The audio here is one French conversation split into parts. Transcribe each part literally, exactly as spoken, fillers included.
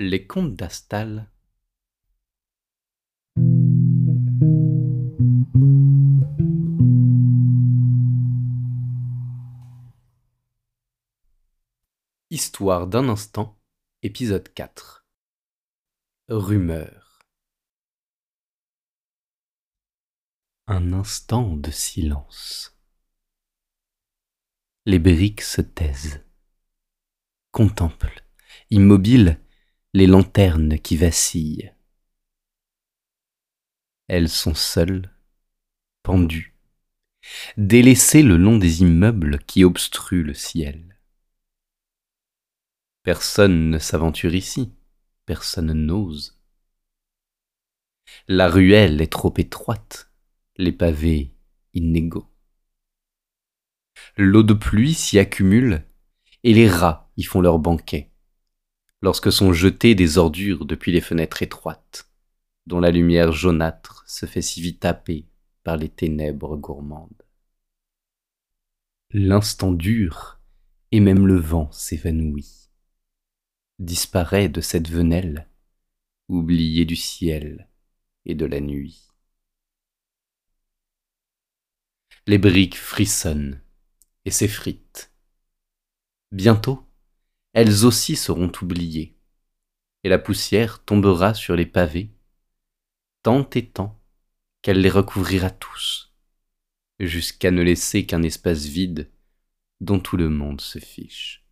Les contes d'Astal. Histoire d'un instant, épisode quatre. Rumeur. Un instant de silence. Les briques se taisent, contemplent, immobiles, les lanternes qui vacillent. Elles sont seules, pendues, délaissées le long des immeubles qui obstruent le ciel. Personne ne s'aventure ici, personne n'ose. La ruelle est trop étroite, les pavés inégaux. L'eau de pluie s'y accumule et les rats y font leur banquet, lorsque sont jetées des ordures depuis les fenêtres étroites, dont la lumière jaunâtre se fait si vite happer par les ténèbres gourmandes. L'instant dure et même le vent s'évanouit, disparaît de cette venelle, oublié du ciel et de la nuit. Les briques frissonnent et s'effritent. Bientôt, elles aussi seront oubliées, et la poussière tombera sur les pavés, tant et tant qu'elle les recouvrira tous, jusqu'à ne laisser qu'un espace vide dont tout le monde se fiche.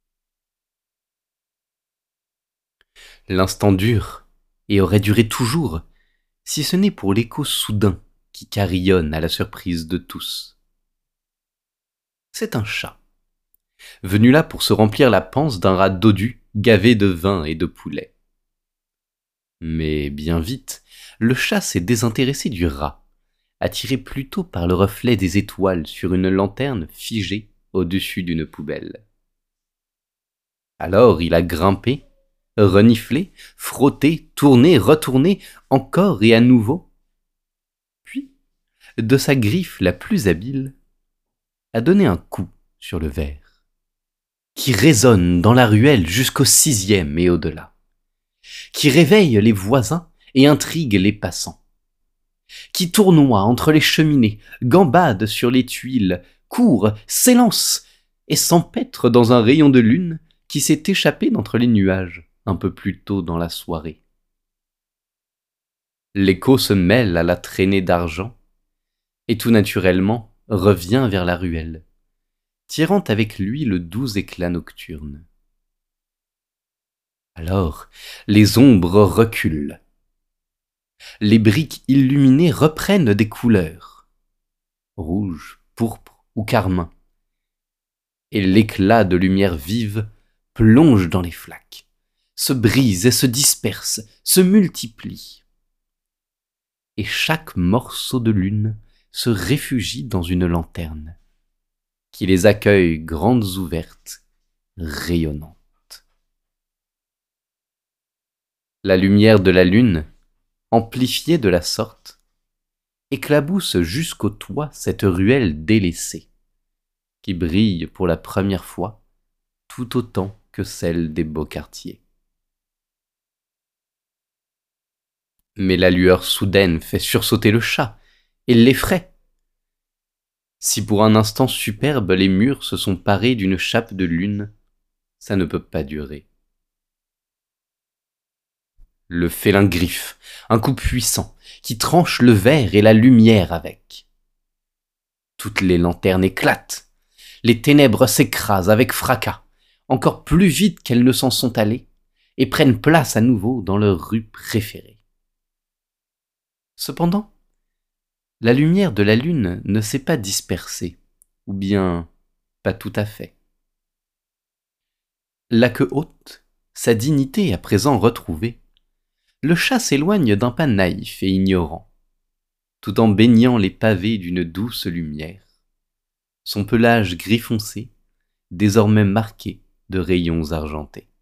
L'instant dure, et aurait duré toujours, si ce n'est pour l'écho soudain qui carillonne à la surprise de tous. C'est un chat, venu là pour se remplir la panse d'un rat dodu gavé de vin et de poulet. Mais bien vite, le chat s'est désintéressé du rat, attiré plutôt par le reflet des étoiles sur une lanterne figée au-dessus d'une poubelle. Alors il a grimpé, reniflé, frotté, tourné, retourné, encore et à nouveau. Puis, de sa griffe la plus habile, a donné un coup sur le verre, qui résonne dans la ruelle jusqu'au sixième et au-delà, qui réveille les voisins et intrigue les passants, qui tournoie entre les cheminées, gambade sur les tuiles, court, s'élance et s'empêtre dans un rayon de lune qui s'est échappé d'entre les nuages un peu plus tôt dans la soirée. L'écho se mêle à la traînée d'argent et tout naturellement revient vers la ruelle, tirant avec lui le doux éclat nocturne. Alors, les ombres reculent. Les briques illuminées reprennent des couleurs, rouge, pourpre ou carmin, et l'éclat de lumière vive plonge dans les flaques, se brise et se disperse, se multiplie. Et chaque morceau de lune se réfugie dans une lanterne, qui les accueille grandes ouvertes, rayonnantes. La lumière de la lune, amplifiée de la sorte, éclabousse jusqu'au toit cette ruelle délaissée, qui brille pour la première fois tout autant que celle des beaux quartiers. Mais la lueur soudaine fait sursauter le chat et l'effraie. Si pour un instant superbe les murs se sont parés d'une chape de lune, ça ne peut pas durer. Le félin griffe, un coup puissant, qui tranche le verre et la lumière avec. Toutes les lanternes éclatent, les ténèbres s'écrasent avec fracas, encore plus vite qu'elles ne s'en sont allées, et prennent place à nouveau dans leur rue préférée. Cependant, la lumière de la lune ne s'est pas dispersée, ou bien pas tout à fait. La queue haute, sa dignité à présent retrouvée, le chat s'éloigne d'un pas naïf et ignorant, tout en baignant les pavés d'une douce lumière, son pelage gris foncé, désormais marqué de rayons argentés.